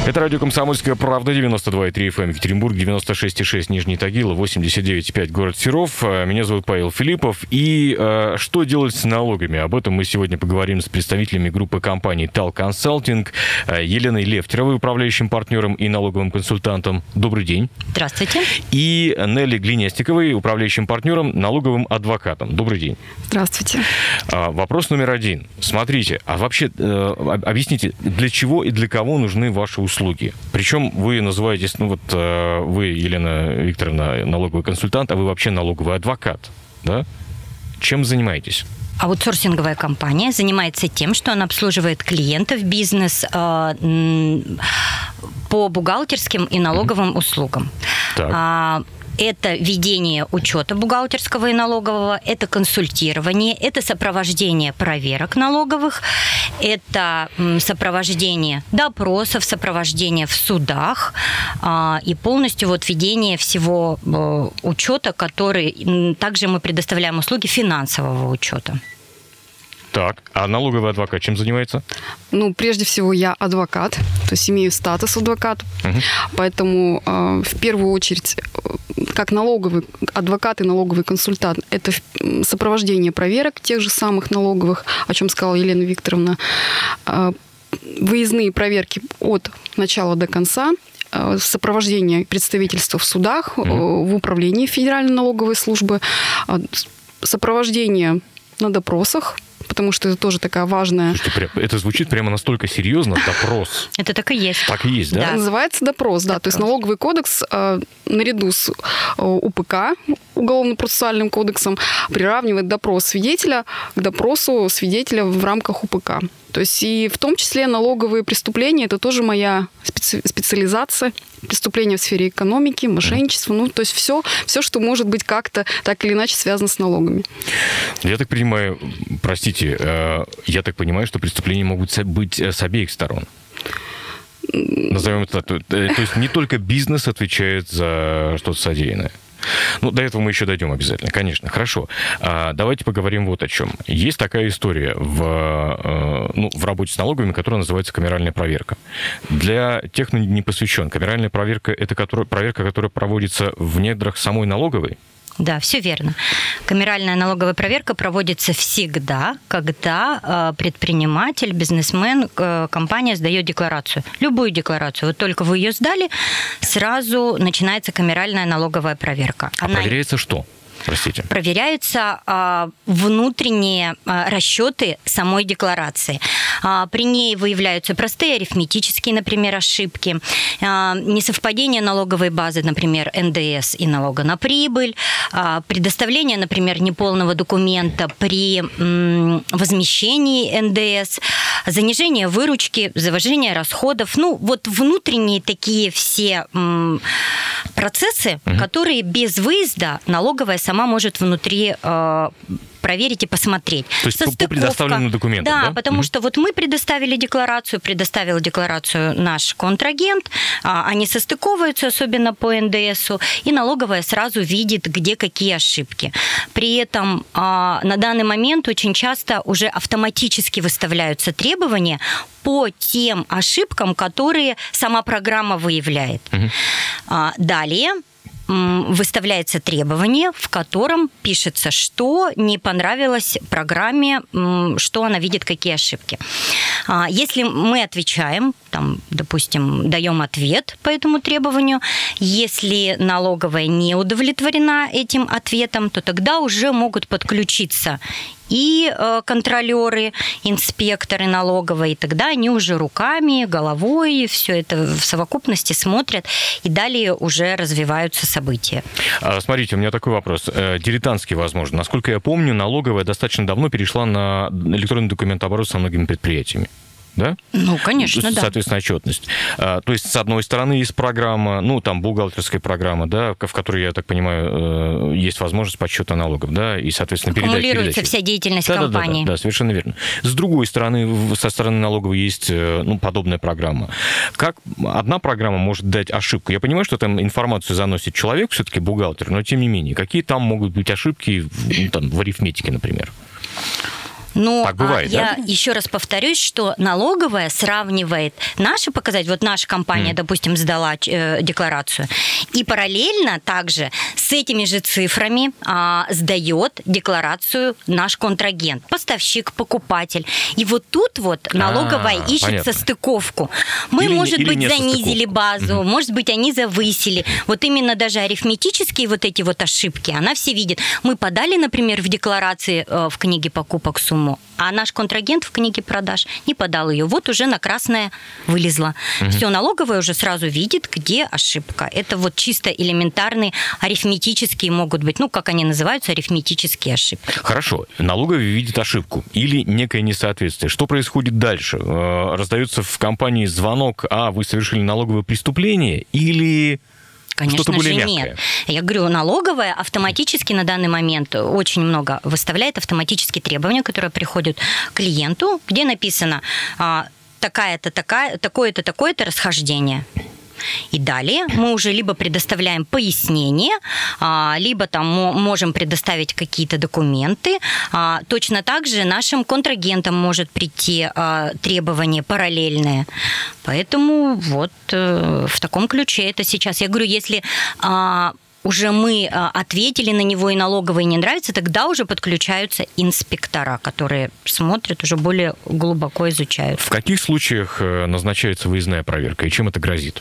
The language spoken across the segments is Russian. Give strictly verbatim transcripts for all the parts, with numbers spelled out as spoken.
Это радио «Комсомольская правда», девяносто два и три эф эм, Екатеринбург, девяносто шесть и шесть Нижний Тагил, восемьдесят девять и пять город Серов. Меня зовут Павел Филиппов. И э, что делать с налогами? Об этом мы сегодня поговорим с представителями группы компаний «Тал Консалтинг», Еленой Левтеровой, управляющим партнером и налоговым консультантом. Добрый день. Здравствуйте. И Нелли Глинестиковой, управляющим партнером, налоговым адвокатом. Добрый день. Здравствуйте. А, вопрос номер один. Смотрите, а вообще э, объясните, для чего и для кого нужны ваши услуги? Услуги. Причем вы называетесь, ну вот вы, Елена Викторовна, налоговый консультант, а вы вообще налоговый адвокат, да? Чем занимаетесь? Аутсорсинговая компания занимается тем, что она обслуживает клиентов, бизнес э, по бухгалтерским и налоговым mm-hmm. услугам. Так. Это ведение учета бухгалтерского и налогового, это консультирование, это сопровождение проверок налоговых, это сопровождение допросов, сопровождение в судах и полностью вот ведение всего учета, который... Также мы предоставляем услуги финансового учета. Так, а налоговый адвокат чем занимается? Ну, прежде всего, я адвокат, то есть имею статус адвоката, угу. поэтому э, в первую очередь, как налоговый адвокат и налоговый консультант, это сопровождение проверок тех же самых налоговых, о чем сказала Елена Викторовна, э, выездные проверки от начала до конца, э, сопровождение представительства в судах, угу. э, в управлении Федеральной налоговой службы, э, сопровождение на допросах, потому что это тоже такая важная... Слушайте, это звучит прямо настолько серьезно, допрос. Это так и есть. Так и есть, да? да. Называется допрос, да. Допрос. То есть налоговый кодекс э, наряду с э, УПК, Уголовно-процессуальным кодексом, приравнивает допрос свидетеля к допросу свидетеля в рамках УПК. То есть и в том числе налоговые преступления, это тоже моя специ- специализация, преступления в сфере экономики, мошенничества, ну, то есть все, все, что может быть как-то так или иначе связано с налогами. Я так понимаю, простите, э, я так понимаю, что преступления могут быть с обеих сторон. Назовем это так. То есть не только бизнес отвечает за что-то содеянное. Ну, до этого мы еще дойдем обязательно, конечно. Хорошо. А, давайте поговорим вот о чем. Есть такая история в, ну, в работе с налоговыми, которая называется камеральная проверка. Для тех, кто не посвящен, камеральная проверка – это которая, проверка, которая проводится в недрах самой налоговой? Да, все верно. Камеральная налоговая проверка проводится всегда, когда предприниматель, бизнесмен, компания сдает декларацию. Любую декларацию. Вот только вы ее сдали, сразу начинается камеральная налоговая проверка. А Она... проверяется что? Простите. Проверяются а, внутренние а, расчеты самой декларации. А, при ней выявляются простые арифметические, например, ошибки, а, несовпадение налоговой базы, например, эн дэ эс и налога на прибыль, а, предоставление, например, неполного документа при м, возмещении эн дэ эс, занижение выручки, завышение расходов. Ну, вот внутренние такие все м, процессы, угу. которые без выезда налоговая сама может внутри э, проверить и посмотреть. То есть по предоставленным документам, да? Да, потому угу. что вот мы предоставили декларацию, предоставил декларацию наш контрагент, они состыковываются, особенно по эн дэ эсу, и налоговая сразу видит, где какие ошибки. При этом на данный момент очень часто уже автоматически выставляются требования по тем ошибкам, которые сама программа выявляет. Угу. Далее выставляется требование, в котором пишется, что не понравилось программе, что она видит, какие ошибки. Если мы отвечаем, там, допустим, даем ответ по этому требованию, если налоговая не удовлетворена этим ответом, то тогда уже могут подключиться и контролеры, инспекторы налоговой, и тогда они уже руками, головой, все это в совокупности смотрят, и далее уже развиваются события. Смотрите, у меня такой вопрос, дилетантский, возможно. Насколько я помню, налоговая достаточно давно перешла на электронный документооборот со многими предприятиями. Да? Ну, конечно, да. Соответственно, отчетность. То есть, с одной стороны, есть программа, ну, там, бухгалтерская программа, да, в которой, я так понимаю, есть возможность подсчета налогов, да, и, соответственно, передача. Аккумулируется вся деятельность да, компании. Да, да, да, да, совершенно верно. С другой стороны, со стороны налоговой есть, ну, подобная программа. Как одна программа может дать ошибку? Я понимаю, что там информацию заносит человек, все-таки бухгалтер, но, тем не менее, какие там могут быть ошибки, ну, там, в арифметике, например? Но так бывает, я да? еще раз повторюсь, что налоговая сравнивает наши показатели, вот наша компания, mm. допустим, сдала э, декларацию, и параллельно также с этими же цифрами э, сдает декларацию наш контрагент, поставщик, покупатель. И вот тут вот налоговая а, ищет понятно. Состыковку. Мы, или, может или быть, занизили базу, mm-hmm. может быть, они завысили. Вот именно даже арифметические вот эти вот ошибки, она все видит. Мы подали, например, в декларации э, в книге покупок сумму, а наш контрагент в книге продаж не подал ее. Вот уже на красное вылезла. Mm-hmm. Все, налоговая уже сразу видит, где ошибка. Это вот чисто элементарные арифметические могут быть, ну, как они называются, арифметические ошибки. Хорошо. Налоговая видит ошибку или некое несоответствие. Что происходит дальше? Раздается в компании звонок, а вы совершили налоговое преступление, или... Конечно что-то более же, мягкое? Нет. Я говорю, налоговая автоматически на данный момент очень много выставляет автоматические требования, которые приходят к клиенту, где написано такая-то, такая, такое-то, такое-то расхождение. И далее мы уже либо предоставляем пояснение, либо там можем предоставить какие-то документы. Точно так же нашим контрагентам может прийти требование параллельное. Поэтому вот в таком ключе это сейчас. Я говорю, если уже мы ответили на него и налоговые не нравится, тогда уже подключаются инспектора, которые смотрят, уже более глубоко изучают. В каких случаях назначается выездная проверка и чем это грозит?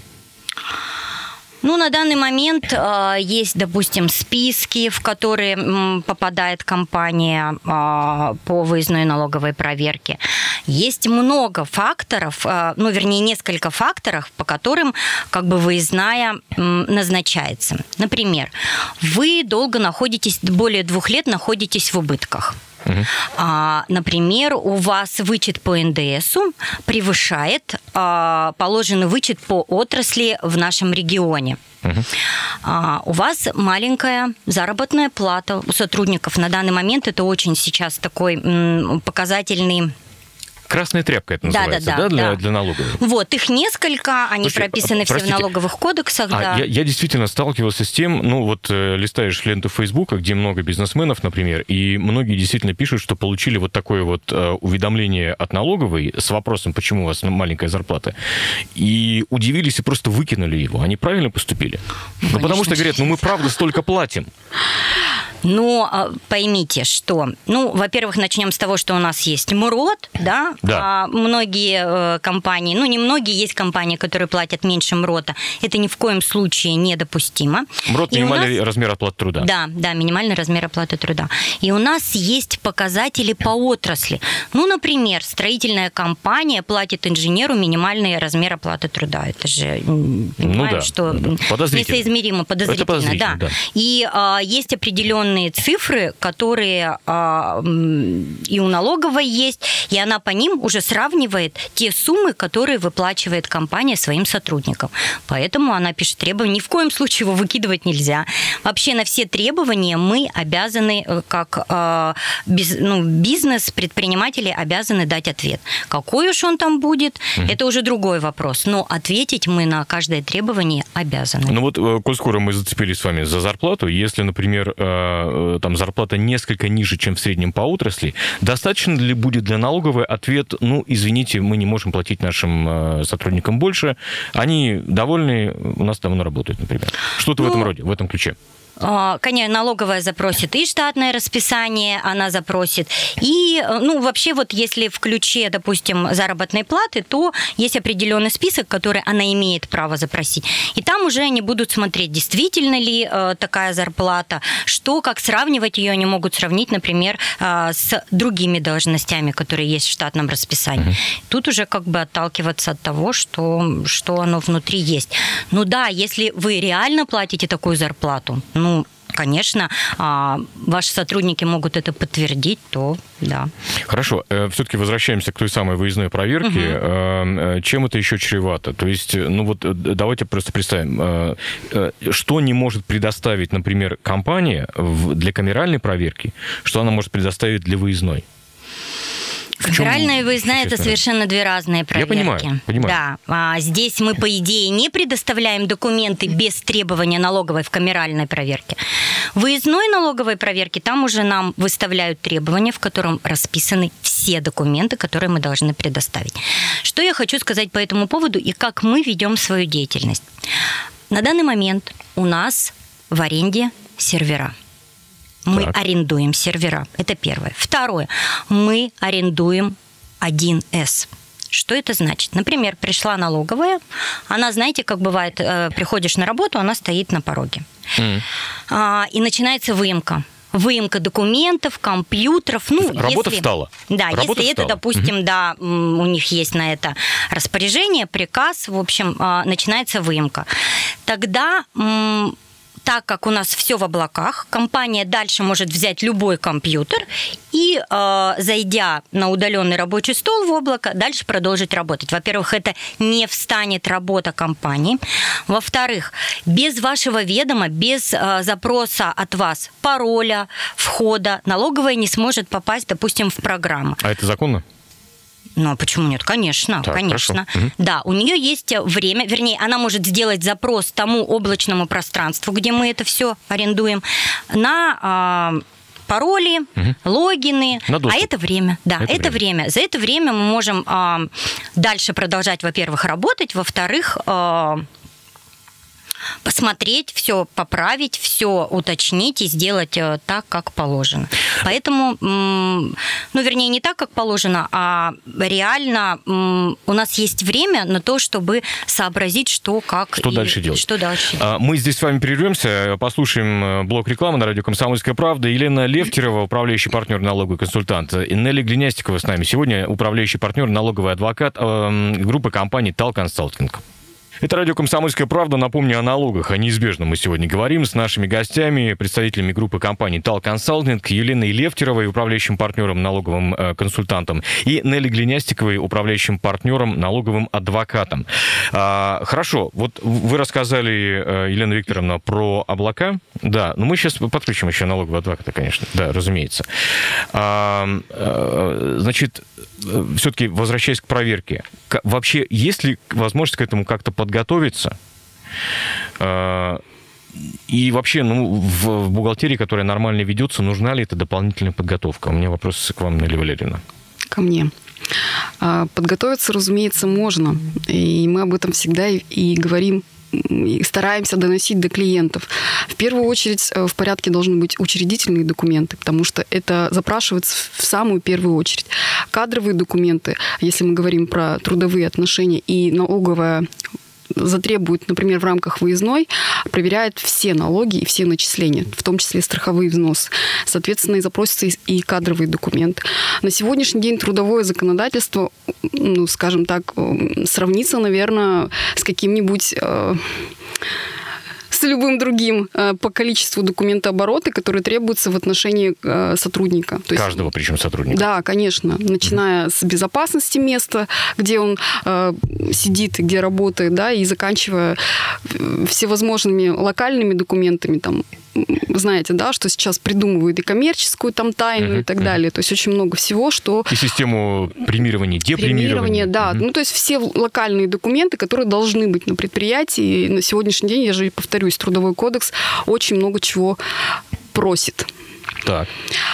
Ну, на данный момент э, есть, допустим, списки, в которые м, попадает компания э, по выездной налоговой проверке. Есть много факторов, э, ну, вернее, несколько факторов, по которым как бы выездная э, назначается. Например, вы долго находитесь, более двух лет находитесь в убытках. Uh-huh. А, например, у вас вычет по эн дэ эсу превышает а, положенный вычет по отрасли в нашем регионе. Uh-huh. А, у вас маленькая заработная плата у сотрудников. На данный момент это очень сейчас такой м, показательный... Красная тряпка это называется, да, да, да, да, для, да. для налоговых? Вот, их несколько, они Слушай, прописаны простите, все в налоговых кодексах. А, да. я, я действительно сталкивался с тем, ну вот э, листаешь ленту Фейсбука, где много бизнесменов, например, и многие действительно пишут, что получили вот такое вот э, уведомление от налоговой с вопросом, почему у вас маленькая зарплата, и удивились и просто выкинули его. Они правильно поступили? Ну, ну потому что говорят, ну мы правда столько платим. Но поймите, что, ну, во-первых, начнем с того, что у нас есть МРОТ, да, да. А многие компании, ну, не многие, есть компании, которые платят меньше МРОТа, это ни в коем случае недопустимо. МРОТ – минимальный нас... размер оплаты труда. Да, да, минимальный размер оплаты труда. И у нас есть показатели по отрасли. Ну, например, строительная компания платит инженеру минимальный размер оплаты труда. Это же, понимаем, ну, да, что да. несоизмеримо, подозрительно. подозрительно да. Да. И а, есть определенные цифры, которые а, и у налоговой есть, и она по ним уже сравнивает те суммы, которые выплачивает компания своим сотрудникам. Поэтому она пишет требования. Ни в коем случае его выкидывать нельзя. Вообще на все требования мы обязаны, как а, без, ну, бизнес, предприниматели обязаны дать ответ. Какой уж он там будет, mm-hmm. это уже другой вопрос. Но ответить мы на каждое требование обязаны. Ну вот, коль скоро мы зацепились с вами за зарплату, если, например, там зарплата несколько ниже, чем в среднем по отрасли, достаточно ли будет для налоговой ответ, ну, извините, мы не можем платить нашим сотрудникам больше, они довольны, у нас давно работают, например. Что-то ну, в этом роде, в этом ключе. Конечно, налоговая запросит и штатное расписание, она запросит. И, ну, вообще вот если в ключе, допустим, заработной платы, то есть определенный список, который она имеет право запросить. И там уже они будут смотреть, действительно ли э, такая зарплата, что, как сравнивать ее, они могут сравнить, например, э, с другими должностями, которые есть в штатном расписании. Mm-hmm. Тут уже как бы отталкиваться от того, что, что оно внутри есть. Ну да, если вы реально платите такую зарплату, ну, конечно, ваши сотрудники могут это подтвердить, то да. Хорошо. Все-таки возвращаемся к той самой выездной проверке. Угу. Чем это еще чревато? То есть, ну вот давайте просто представим, что не может предоставить, например, компания для камеральной проверки, что она может предоставить для выездной? Камеральная и выездная – это совершенно две разные проверки. Я понимаю, понимаю. Да. А здесь мы, по идее, не предоставляем документы без требования налоговой в камеральной проверке. Выездной налоговой проверки, там уже нам выставляют требования, в котором расписаны все документы, которые мы должны предоставить. Что я хочу сказать по этому поводу и как мы ведем свою деятельность. На данный момент у нас в аренде сервера. Мы Так. арендуем сервера. Это первое. Второе. Мы арендуем один эс. Что это значит? Например, пришла налоговая, она, знаете, как бывает, э, приходишь на работу, она стоит на пороге. Mm. А, и начинается выемка. Выемка документов, компьютеров. Ну, Работа если, встала. Да, Работа если встала. это, допустим, mm-hmm. да, у них есть на это распоряжение, приказ, в общем, начинается выемка. Тогда... Так как у нас все в облаках, компания дальше может взять любой компьютер и, э, зайдя на удаленный рабочий стол в облако, дальше продолжить работать. Во-первых, это не встанет работа компании. Во-вторых, без вашего ведома, без э, запроса от вас пароля, входа, налоговая не сможет попасть, допустим, в программу. А это законно? Ну, а почему нет? Конечно, так, конечно. Угу. Да, у нее есть время, вернее, она может сделать запрос тому облачному пространству, где мы это все арендуем, на э, пароли, угу. логины. На доступ. А это время. Да, это, это время. время. За это время мы можем э, дальше продолжать, во-первых, работать, во-вторых, э, посмотреть, все поправить, все уточнить и сделать так, как положено. Поэтому, ну, вернее, не так, как положено, а реально у нас есть время на то, чтобы сообразить, что, как что и дальше делать. Что дальше. Мы здесь с вами прервемся, послушаем блок рекламы на радио «Комсомольская правда». Елена Левтерова, управляющий партнер, налоговый консультант. И Нелли Глинястикова с нами сегодня, управляющий партнер, налоговый адвокат группы компаний «Тал Консалтинг». Это радио «Комсомольская правда». Напомню о налогах, о неизбежном мы сегодня говорим с нашими гостями, представителями группы компаний «Тал Консалтинг», Еленой Левтеровой, управляющим партнером, налоговым э, консультантом, и Нелли Глинястиковой, управляющим партнером, налоговым адвокатом. А, хорошо, вот вы рассказали, э, Елена Викторовна, про облака. Да, но мы сейчас подключим еще налогового адвоката, конечно. Да, разумеется. А, а, значит, все-таки возвращаясь к проверке, вообще есть ли возможность к этому как-то подготовиться? И вообще, ну, в бухгалтерии, которая нормально ведется, нужна ли эта дополнительная подготовка? У меня вопрос к вам, Нелли Валерьевна. Ко мне. Подготовиться, разумеется, можно. И мы об этом всегда и говорим, и стараемся доносить до клиентов. В первую очередь в порядке должны быть учредительные документы, потому что это запрашивается в самую первую очередь. Кадровые документы, если мы говорим про трудовые отношения, и налоговая затребует, например, в рамках выездной, проверяет все налоги и все начисления, в том числе страховые взносы. Соответственно, и запросятся и кадровые документы. На сегодняшний день трудовое законодательство, ну, скажем так, сравнится, наверное, с каким-нибудь... с любым другим по количеству документооборота, которые требуются в отношении сотрудника. То есть, каждого, причем сотрудника. Да, конечно. Начиная mm-hmm. с безопасности места, где он э, сидит и где работает, да, и заканчивая всевозможными локальными документами, там, знаете, да, что сейчас придумывают и коммерческую там тайну mm-hmm. и так далее. То есть очень много всего, что... И систему премирования, депремирования. Премирование, да. Mm-hmm. Ну, то есть все локальные документы, которые должны быть на предприятии. И на сегодняшний день, я же повторюсь, Трудовой кодекс очень много чего просит. Так.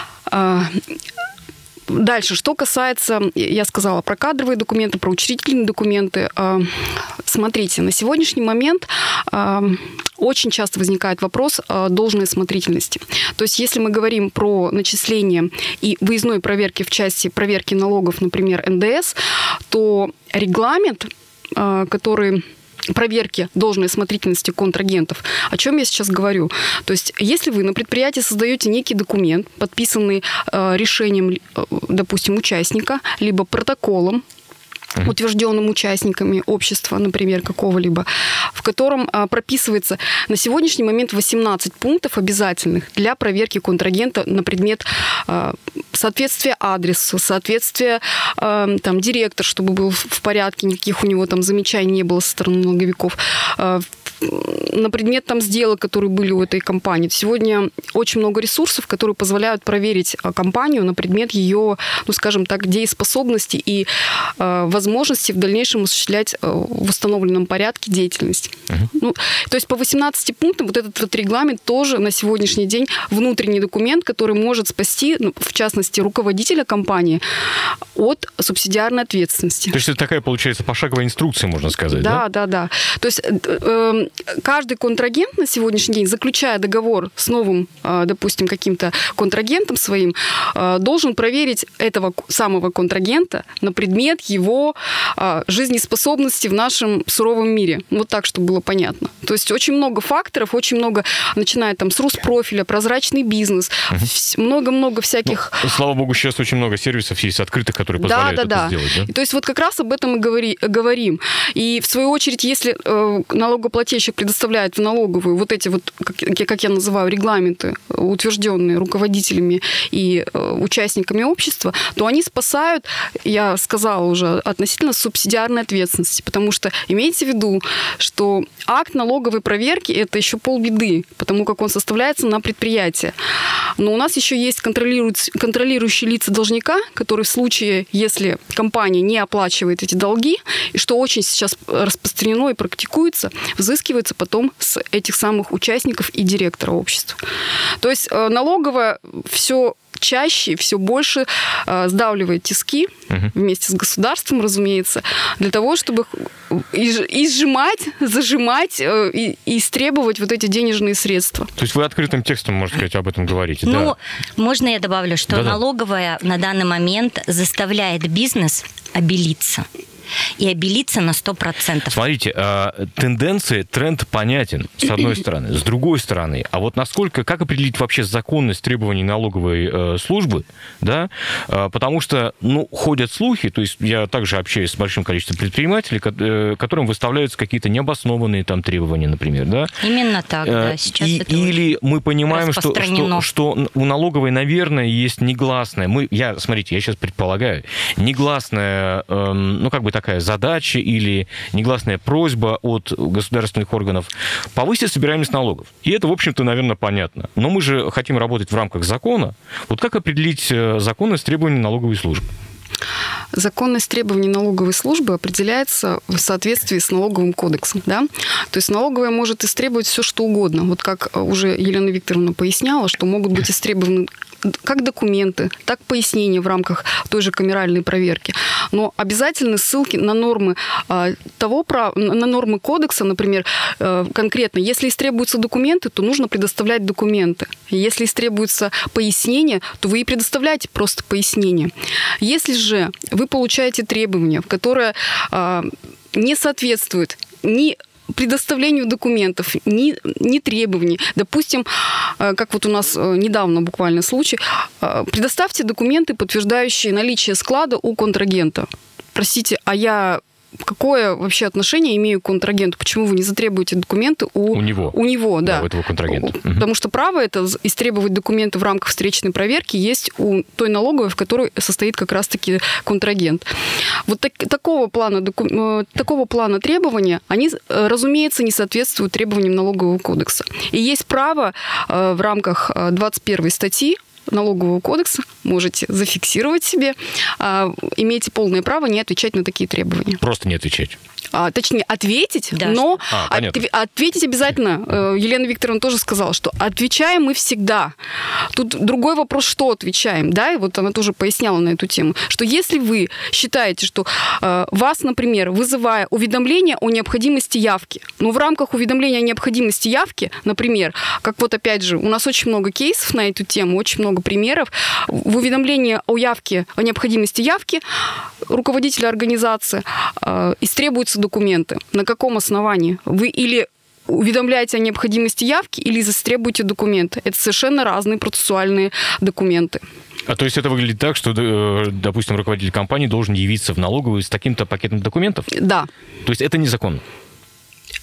Дальше, что касается, я сказала про кадровые документы, про учредительные документы. Смотрите, на сегодняшний момент очень часто возникает вопрос должной осмотрительности. То есть, если мы говорим про начисление и выездной проверки в части проверки налогов, например, эн дэ эс, то регламент, который... проверки должной осмотрительности контрагентов. О чем я сейчас говорю? То есть, если вы на предприятии создаете некий документ, подписанный э, решением, э, допустим, участника, либо протоколом, uh-huh. утвержденным участниками общества, например, какого-либо, в котором а, прописывается на сегодняшний момент восемнадцать пунктов обязательных для проверки контрагента на предмет а, соответствия адресу, соответствия а, там, директор, чтобы был в порядке, никаких у него там замечаний не было со стороны налоговиков, а, на предмет там сделок, которые были у этой компании. Сегодня очень много ресурсов, которые позволяют проверить компанию на предмет ее, ну, скажем так, дееспособности и э, возможности в дальнейшем осуществлять э, в установленном порядке деятельность. Uh-huh. Ну, то есть по восемнадцати пунктам вот этот вот регламент тоже на сегодняшний день внутренний документ, который может спасти, ну, в частности, руководителя компании от субсидиарной ответственности. То есть это такая, получается, пошаговая инструкция, можно сказать, да? Да, да, да. То есть э, каждый контрагент на сегодняшний день, заключая договор с новым, э, допустим, каким-то контрагентом своим, э, должен проверить этого самого контрагента на предмет его э, жизнеспособности в нашем суровом мире. Вот так, чтобы было понятно. То есть очень много факторов, очень много, начиная там с Руспрофиля, прозрачный бизнес, угу. много-много всяких... Ну, слава богу, сейчас очень много сервисов есть открытых, которые позволяют да, да, это да. сделать. Да? То есть вот как раз об этом и говори, говорим. И в свою очередь, если э, налогоплательщик предоставляет в налоговую вот эти вот, как, как я называю, регламенты, утвержденные руководителями и э, участниками общества, то они спасают, я сказала уже, относительно субсидиарной ответственности. Потому что имейте в виду, что акт налоговой проверки – это еще полбеды, потому как он составляется на предприятие. Но у нас еще есть контролирующие лица должника, которые в случае, если компания не оплачивает эти долги, и что очень сейчас распространено и практикуется, взыскивается потом с этих самых участников и директора общества. То есть налоговая все чаще, все больше э, сдавливает тиски угу. вместе с государством, разумеется, для того, чтобы изжимать, зажимать э, и, и истребовать вот эти денежные средства. То есть вы открытым текстом, можно сказать, об этом говорите, ну, да? Можно я добавлю, что Да-да. налоговая на данный момент заставляет бизнес обелиться. И обелиться на сто процентов. Смотрите, тенденции, тренд понятен, с одной стороны. С другой стороны, а вот насколько, как определить вообще законность требований налоговой службы, да? Потому что, ну, ходят слухи, то есть я также общаюсь с большим количеством предпринимателей, которым выставляются какие-то необоснованные там требования, например, да? Именно так, да, сейчас И, это или мы понимаем, что, что, что у налоговой, наверное, есть негласная, мы, я, смотрите, я сейчас предполагаю, негласная, ну, как бы такая задача или негласная просьба от государственных органов повысить собираемость налогов. И это, в общем-то, наверное, понятно. Но мы же хотим работать в рамках закона. Вот как определить законность требований налоговой службы? Законность требований налоговой службы определяется в соответствии с налоговым кодексом. Да? То есть налоговая может истребовать все, что угодно. Вот как уже Елена Викторовна поясняла, что могут быть истребованы как документы, так пояснения в рамках той же камеральной проверки. Но обязательны ссылки на нормы того права, на нормы кодекса, например, конкретно. Если истребуются документы, то нужно предоставлять документы. Если истребуются пояснения, то вы и предоставляете просто пояснения. Если же вы получаете требования, которые не соответствуют ни предоставлению документов, ни, ни требований. Допустим, как вот у нас недавно буквально случай, предоставьте документы, подтверждающие наличие склада у контрагента. Простите, а я какое вообще отношение имею к контрагенту? Почему вы не затребуете документы у, у него? У него, да. да у этого контрагента. Потому что право это истребовать документы в рамках встречной проверки есть у той налоговой, в которой состоит как раз-таки контрагент. Вот так, такого, плана, доку, такого плана требования, они, разумеется, не соответствуют требованиям налогового кодекса. И есть право в рамках двадцать первой статьи Налогового кодекса, можете зафиксировать себе, а, имеете полное право не отвечать на такие требования. Просто не отвечать. А, точнее, ответить, да, но а, от, ответить обязательно. Елена Викторовна тоже сказала, что отвечаем мы всегда. Тут другой вопрос, что отвечаем, да, и вот она тоже поясняла на эту тему, что если вы считаете, что э, вас, например, вызывая уведомление о необходимости явки, но в рамках уведомления о необходимости явки, например, как вот опять же, у нас очень много кейсов на эту тему, очень много примеров, в уведомлении о явке, о необходимости явки руководителя организации э, истребуются документы. На каком основании? Вы или уведомляете о необходимости явки, или застребуете документы. Это совершенно разные процессуальные документы. А то есть это выглядит так, что, допустим, руководитель компании должен явиться в налоговую с таким-то пакетом документов? Да. То есть это незаконно?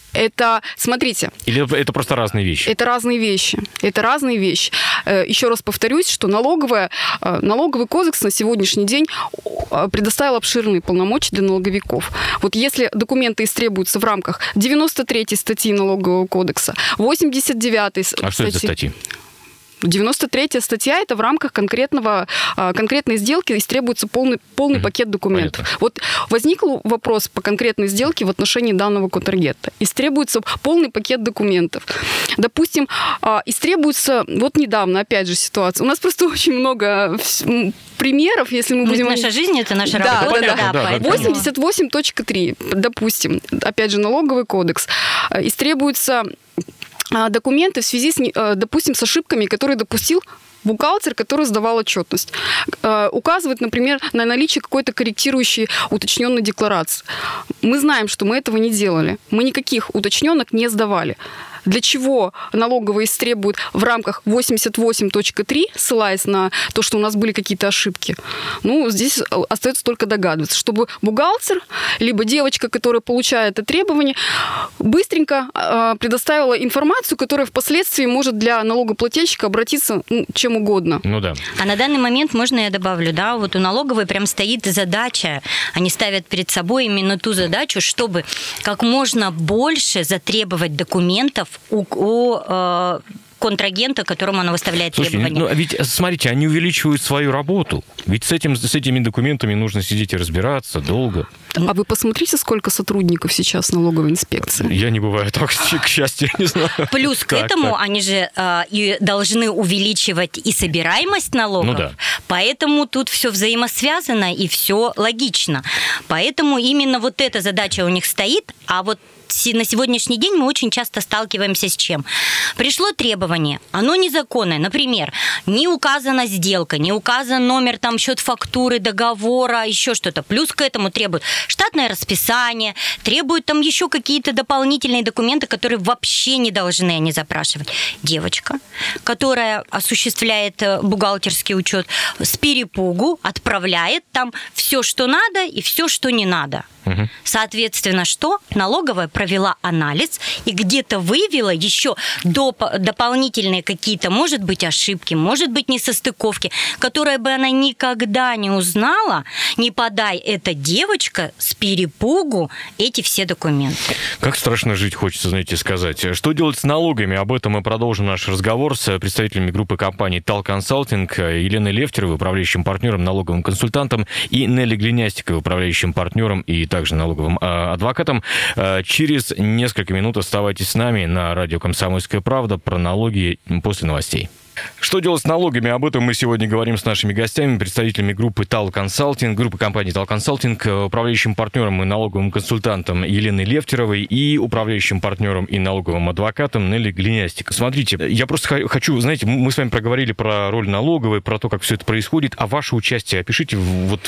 Это, смотрите... Или это просто разные вещи? Это разные вещи. Это разные вещи. Еще раз повторюсь, что налоговая, налоговый кодекс на сегодняшний день предоставил обширные полномочия для налоговиков. Вот если документы истребуются в рамках девяносто третьей статьи Налогового кодекса, восемьдесят девятой статьи... А что это за статьи? девяносто третья статья – это в рамках конкретного, конкретной сделки истребуется полный, полный mm-hmm. пакет документов. Понятно. Вот возник вопрос по конкретной сделке в отношении данного контрагента. Истребуется полный пакет документов. Допустим, истребуется, вот недавно, опять же, ситуация. У нас просто очень много примеров, если мы будем... Наша жизнь – это наша да, работа. Да, да, да, поэтому... восемьдесят восемь точка три, допустим, опять же, налоговый кодекс. Истребуется... документы в связи, с, допустим, с ошибками, которые допустил бухгалтер, который сдавал отчетность. Указывает, например, на наличие какой-то корректирующей уточненной декларации. Мы знаем, что мы этого не делали. Мы никаких уточненок не сдавали. Для чего налоговые истребуют в рамках восемьдесят восемь точка три, ссылаясь на то, что у нас были какие-то ошибки? Ну, здесь остается только догадываться, чтобы бухгалтер, либо девочка, которая получает это требование, быстренько э, предоставила информацию, которая впоследствии может для налогоплательщика обратиться ну, чем угодно. Ну да. А на данный момент, можно я добавлю, да, вот у налоговой прям стоит задача, они ставят перед собой именно ту задачу, чтобы как можно больше затребовать документов у, у э, контрагента, которому она выставляет Слушайте, требования. Ну, ведь, смотрите, они увеличивают свою работу. Ведь с, этим, с этими документами нужно сидеть и разбираться долго. А вы посмотрите, сколько сотрудников сейчас налоговой инспекции? Я не бываю так, к счастью, не знаю. Плюс к этому они же э, и должны увеличивать и собираемость налогов. Ну да. Поэтому тут все взаимосвязано и все логично. Поэтому именно вот эта задача у них стоит, а вот на сегодняшний день мы очень часто сталкиваемся с чем? Пришло требование, оно незаконное. Например, не указана сделка, не указан номер, там, счет фактуры, договора, еще что-то. Плюс к этому требуют штатное расписание, требуют там еще какие-то дополнительные документы, которые вообще не должны они запрашивать. Девочка, которая осуществляет бухгалтерский учет, с перепугу отправляет там все, что надо, и все, что не надо. Угу. Соответственно, что? Налоговая провела анализ и где-то выявила еще доп- дополнительные какие-то, может быть, ошибки, может быть, несостыковки, которые бы она никогда не узнала, не подай эта девочка с перепугу эти все документы. Как страшно жить, хочется, знаете, сказать. Что делать с налогами? Об этом мы продолжим наш разговор с представителями группы компаний Тал Консалтинг, Еленой Лефтеровой, управляющим партнером, налоговым консультантом, и Нелли Глинястиковой, управляющим партнером и также налоговым э, адвокатом. Э, через несколько минут оставайтесь с нами на радио «Комсомольская правда» про налоги после новостей. Что делать с налогами? Об этом мы сегодня говорим с нашими гостями, представителями группы Тал Консалтинг, группы компании Тал Консалтинг, управляющим партнером и налоговым консультантом Еленой Лефтеровой и управляющим партнером и налоговым адвокатом Нелли Глинястиковой. Смотрите, я просто хочу, знаете, мы с вами проговорили про роль налоговой, про то, как все это происходит, а ваше участие, опишите вот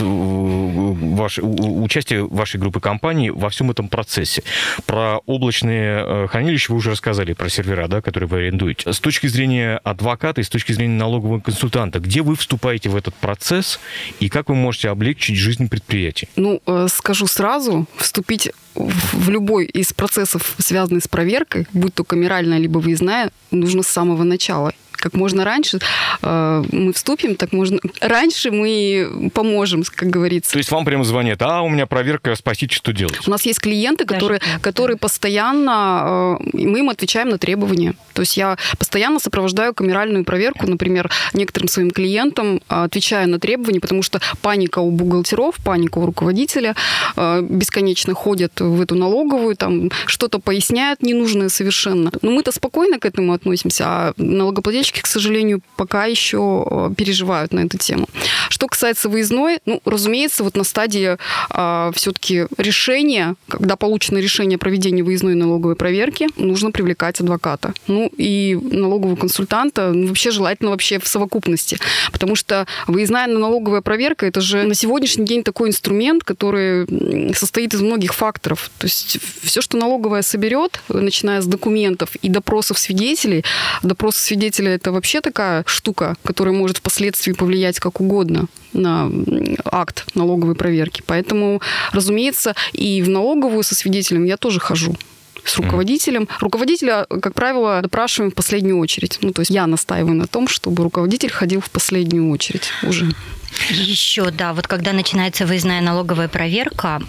ваше участие вашей группы компаний во всем этом процессе. Про облачные хранилища вы уже рассказали, про сервера, да, которые вы арендуете. С точки зрения адвоката, с точки зрения налогового консультанта, где вы вступаете в этот процесс и как вы можете облегчить жизнь предприятий? Ну, скажу сразу, вступить в любой из процессов, связанных с проверкой, будь то камеральная либо выездная, нужно с самого начала. Как можно раньше э, мы вступим, так можно раньше мы поможем, как говорится. То есть вам прямо звонят, а у меня проверка, спасите, что делать? У нас есть клиенты, которые, Даже, которые да. постоянно, э, мы им отвечаем на требования. То есть я постоянно сопровождаю камеральную проверку, например, некоторым своим клиентам, отвечая на требования, потому что паника у бухгалтеров, паника у руководителя, э, бесконечно ходят в эту налоговую, там что-то поясняют ненужное совершенно. Но мы-то спокойно к этому относимся, а налогоплательщики, к сожалению, пока еще переживают на эту тему. Что касается выездной, ну, разумеется, вот на стадии э, все-таки решения, когда получено решение о проведении выездной налоговой проверки, нужно привлекать адвоката. Ну, и налогового консультанта, ну, вообще желательно вообще в совокупности. Потому что выездная налоговая проверка, это же на сегодняшний день такой инструмент, который состоит из многих факторов. То есть все, что налоговая соберет, начиная с документов и допросов свидетелей, допрос свидетеля — это вообще такая штука, которая может впоследствии повлиять как угодно на акт налоговой проверки. Поэтому, разумеется, и в налоговую со свидетелем я тоже хожу. с руководителем. Mm-hmm. Руководителя, как правило, допрашиваем в последнюю очередь. Ну, то есть я настаиваю на том, чтобы руководитель ходил в последнюю очередь уже. Еще, да, вот когда начинается выездная налоговая проверка,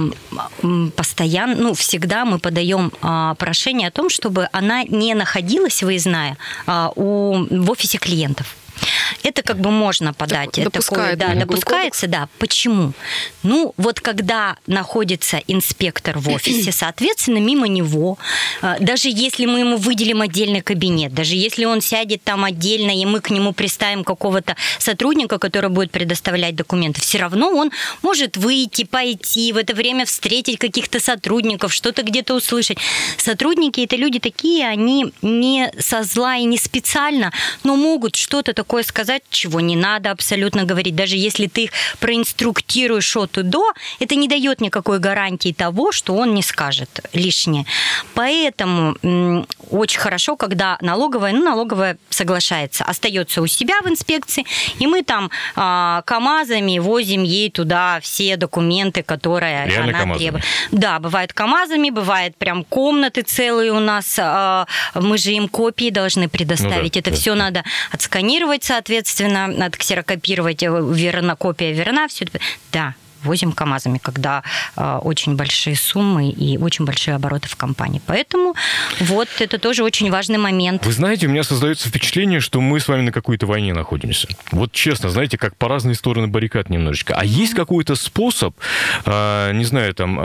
постоянно, ну, всегда мы подаем прошение о том, чтобы она не находилась выездная у, в офисе клиентов. Это как бы можно подать. Доп- допускает, такое, да, допускается, да. Почему? Ну, вот когда находится инспектор в офисе, соответственно, мимо него, даже если мы ему выделим отдельный кабинет, даже если он сядет там отдельно, и мы к нему приставим какого-то сотрудника, который будет предоставлять документы, все равно он может выйти, пойти, в это время встретить каких-то сотрудников, что-то где-то услышать. Сотрудники – это люди такие, они не со зла и не специально, но могут что-то такое сказать, чего не надо абсолютно говорить. Даже если ты их проинструктируешь от и до, это не дает никакой гарантии того, что он не скажет лишнее. Поэтому м, очень хорошо, когда налоговая, ну, налоговая соглашается, остается у себя в инспекции, и мы там а, КАМАЗами возим ей туда все документы, которые реально она КАМАЗами. требует. Да, бывает КАМАЗами, бывает прям комнаты целые у нас. А, мы же им копии должны предоставить. Ну, да, это да. все надо отсканировать, соответственно, надо ксерокопировать, верна, копия верна, все это. Да, возим КАМАЗами, когда э, очень большие суммы и очень большие обороты в компании. Поэтому вот это тоже очень важный момент. Вы знаете, у меня создается впечатление, что мы с вами на какой-то войне находимся. Вот честно, знаете, как по разные стороны баррикад немножечко. А есть какой-то способ, э, не знаю, там...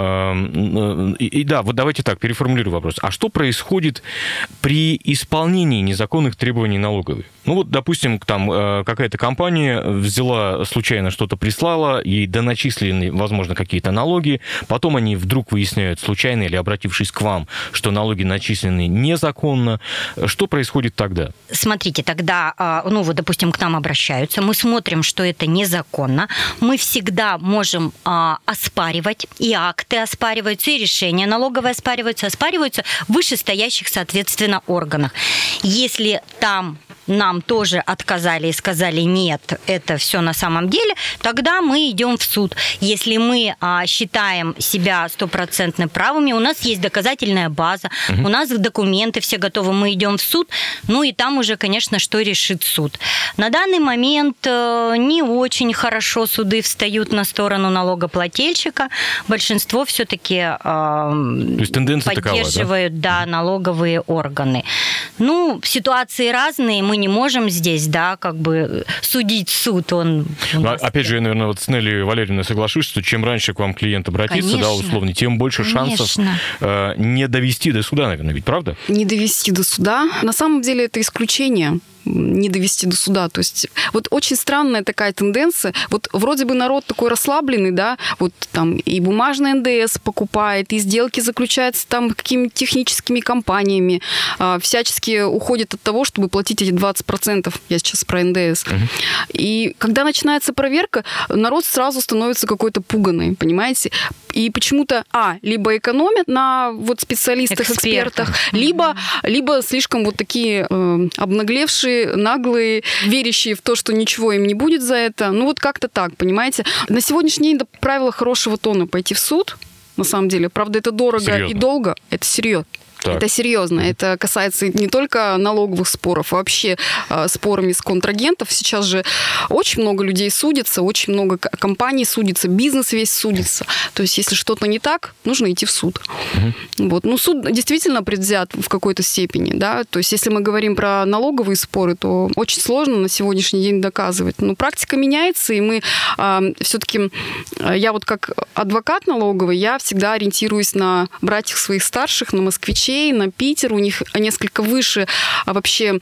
Э, э, и, да, вот давайте так, переформулирую вопрос. А что происходит при исполнении незаконных требований налоговой? Ну вот, допустим, там э, какая-то компания взяла, случайно что-то прислала, ей доначислили, возможно, какие-то налоги, потом они вдруг выясняют, случайно или обратившись к вам, что налоги начислены незаконно. Что происходит тогда? Смотрите, тогда, ну вот, допустим, к нам обращаются, мы смотрим, что это незаконно, мы всегда можем а, оспаривать, и акты оспариваются, и решения налоговые оспариваются, оспариваются в вышестоящих, соответственно, органах. Если там нам тоже отказали и сказали, нет, это все на самом деле, тогда мы идем в суд. Если мы а, считаем себя стопроцентно правыми, у нас есть доказательная база, угу. у нас документы все готовы, мы идем в суд, ну и там уже, конечно, что решит суд. На данный момент э, не очень хорошо суды встают на сторону налогоплательщика. Большинство все-таки э, поддерживают такова, да? Да, налоговые органы. Ну, ситуации разные, мы не можем здесь, да, как бы судить суд. Он, он опять же, я, наверное, вот с Нелли Валерьевной соглашусь, что чем раньше к вам клиент обратится, конечно, да, условно, тем больше конечно. шансов э, не довести до суда, наверное, ведь правда? Не довести до суда. На самом деле это исключение. Не довести до суда. То есть вот очень странная такая тенденция. Вот вроде бы народ такой расслабленный, да, вот там и бумажный эн дэ эс покупает, и сделки заключаются там какими-то техническими компаниями, а, всячески уходит от того, чтобы платить эти двадцать процентов. Я сейчас про эн дэ эс. Uh-huh. И когда начинается проверка, народ сразу становится какой-то пуганый, понимаете? И почему-то, а, либо экономят на вот специалистах, экспертах, mm-hmm. либо, либо слишком вот такие э, обнаглевшие, наглые, верящие в то, что ничего им не будет за это. Ну вот как-то так, понимаете? На сегодняшний день, да, правило хорошего тона пойти в суд, на самом деле. Правда, это дорого серьезно. И долго. Это серьезно. Так. Это серьезно. Это касается не только налоговых споров, а вообще э, спорами с контрагентов. Сейчас же очень много людей судится, очень много компаний судится, бизнес весь судится. То есть, если что-то не так, нужно идти в суд. Угу. Вот. Ну, суд действительно предвзят в какой-то степени. Да? То есть, если мы говорим про налоговые споры, то очень сложно на сегодняшний день доказывать. Но практика меняется, и мы э, все-таки... Э, я вот как адвокат налоговый, я всегда ориентируюсь на братьев своих старших, на москвичей, на Питер, у них несколько выше а вообще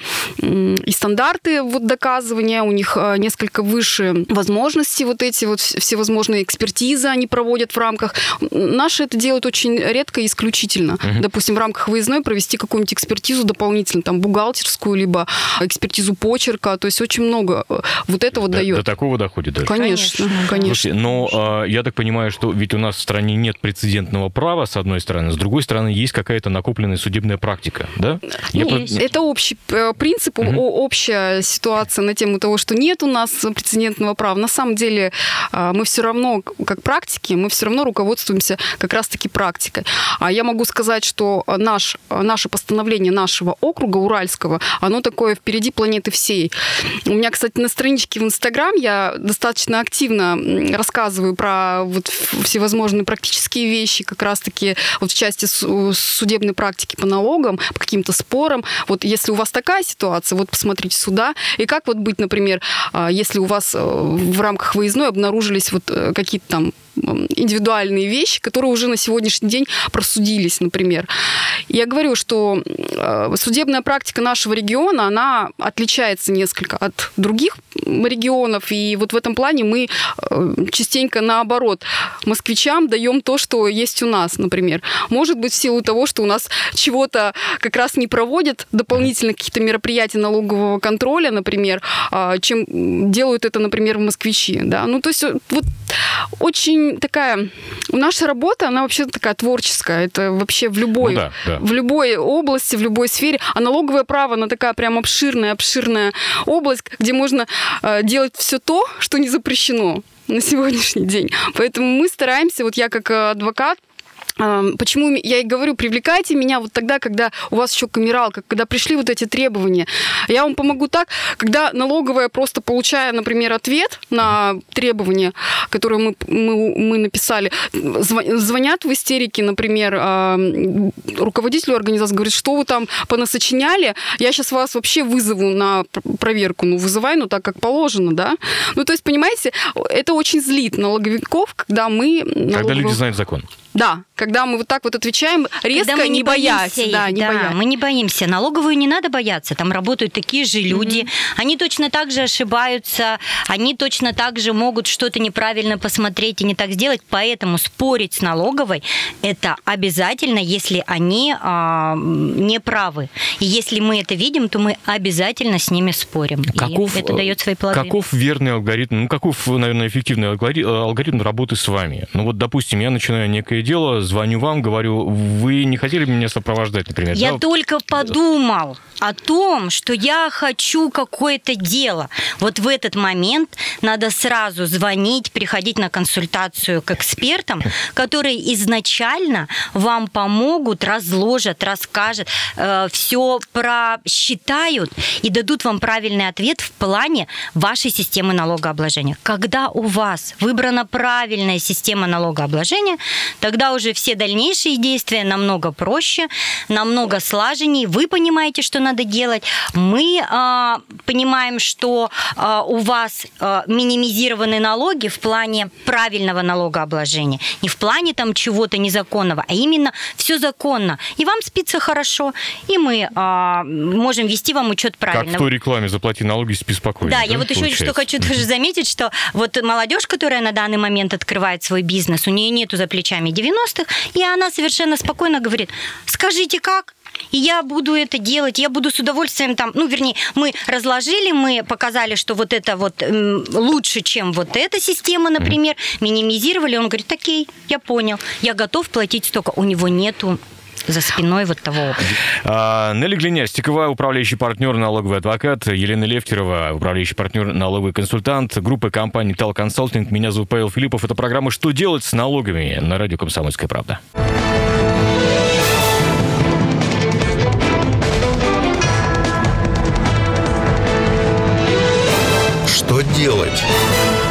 и стандарты вот доказывания, у них несколько выше возможности вот эти вот всевозможные экспертизы они проводят в рамках. Наши это делают очень редко и исключительно. Uh-huh. Допустим, в рамках выездной провести какую-нибудь экспертизу дополнительно, там, бухгалтерскую, либо экспертизу почерка, то есть очень много вот этого до, дает. До такого доходит даже? Конечно, конечно. конечно. Слушайте, но э, я так понимаю, что ведь у нас в стране нет прецедентного права, с одной стороны, с другой стороны, есть какая-то накопленная накопленная судебная практика, да? Я Ну, про- это общий э, принцип, Мгм. о- общая ситуация на тему того, что нет у нас прецедентного права. На самом деле э, мы все равно, как практики, мы все равно руководствуемся как раз-таки практикой. А я могу сказать, что наш, наше постановление нашего округа Уральского, оно такое впереди планеты всей. У меня, кстати, на страничке в Инстаграм я достаточно активно м, рассказываю про вот ф- всевозможные практические вещи, как раз-таки вот в части су- судебной практики по налогам, по каким-то спорам. Вот если у вас такая ситуация, вот посмотрите сюда. И как вот быть, например, а, если у вас э, в рамках выездной обнаружились вот э, какие-то там м, индивидуальные вещи, которые уже на сегодняшний день просудились, например. Я говорю, что э, судебная практика нашего региона, она отличается несколько от других регионов, и вот в этом плане мы э, частенько наоборот москвичам даем то, что есть у нас, например. Может быть, в силу того, что у нас чего-то как раз не проводят, дополнительно какие-то мероприятия налогового контроля, например, а, чем делают это, например, москвичи. Да? Ну, то есть вот очень такая... Наша работа, она вообще такая творческая. Это вообще в любой, Ну да, да. в любой области, в любой сфере. А налоговое право, она такая прям обширная, обширная область, где можно э, делать все то, что не запрещено на сегодняшний день. Поэтому мы стараемся, вот я как э, адвокат, э, почему я и говорю, привлекайте меня вот тогда, когда у вас еще камералка, когда пришли вот эти требования. Я вам помогу так, когда налоговая, просто получая, например, ответ на требования, которые мы, мы, мы написали, зв- звонят в истерике, например, э, руководителю организации, говорит, что вы там понасочиняли, я сейчас вас вообще вызову на пр- проверку. Ну, вызывай, ну, так как положено, да? Ну, то есть, понимаете, это очень злит налоговиков, когда мы... Когда налоговых- люди знают закон. Да, когда мы вот так вот отвечаем, резко, Когда мы не, боясь. боимся их, Да, не да, боясь. мы не боимся. Налоговую не надо бояться. Там работают такие же люди. Они точно так же ошибаются. Они точно так же могут что-то неправильно посмотреть и не так сделать. Поэтому спорить с налоговой – это обязательно, если они а, не правы. И если мы это видим, то мы обязательно с ними спорим. Каков, и это дает свои плоды. Каков верный алгоритм, ну, каков, наверное, эффективный алгори- алгоритм работы с вами? Ну, вот, допустим, я начинаю некое дело, звоню вам, говорю, вы не хотели бы меня сопровождать, например? Я да? только подумал о том, что я хочу какое-то дело. Вот в этот момент надо сразу звонить, приходить на консультацию к экспертам, которые изначально вам помогут, разложат, расскажут, э, все просчитают и дадут вам правильный ответ в плане вашей системы налогообложения. Когда у вас выбрана правильная система налогообложения, тогда уже все дальнейшие действия намного проще, намного слаженнее. Вы понимаете, что надо делать. Мы э, понимаем, что э, у вас э, минимизированы налоги в плане правильного налогообложения. Не в плане там чего-то незаконного, а именно все законно. И вам спится хорошо, и мы э, можем вести вам учет правильно. Как в той рекламе «Заплати налоги, спи спокойно». Да, я вот еще получается? что хочу тоже заметить, что вот молодежь, которая на данный момент открывает свой бизнес, у нее нету за плечами девяностых, и она совершенно спокойно говорит: скажите, как? И я буду это делать, я буду с удовольствием там, ну, вернее, мы разложили, мы показали, что вот это вот м, лучше, чем вот эта система, например, минимизировали, он говорит: окей, я понял, я готов платить столько. У него нету за спиной вот того опыта. А, Нелли Глинястикова, управляющий партнер, налоговый адвокат, Елена Левтерова, управляющий партнер, налоговый консультант, группа компаний Тал Консалтинг. Меня зовут Павел Филиппов. Это программа «Что делать с налогами» на радио «Комсомольская правда». Что делать?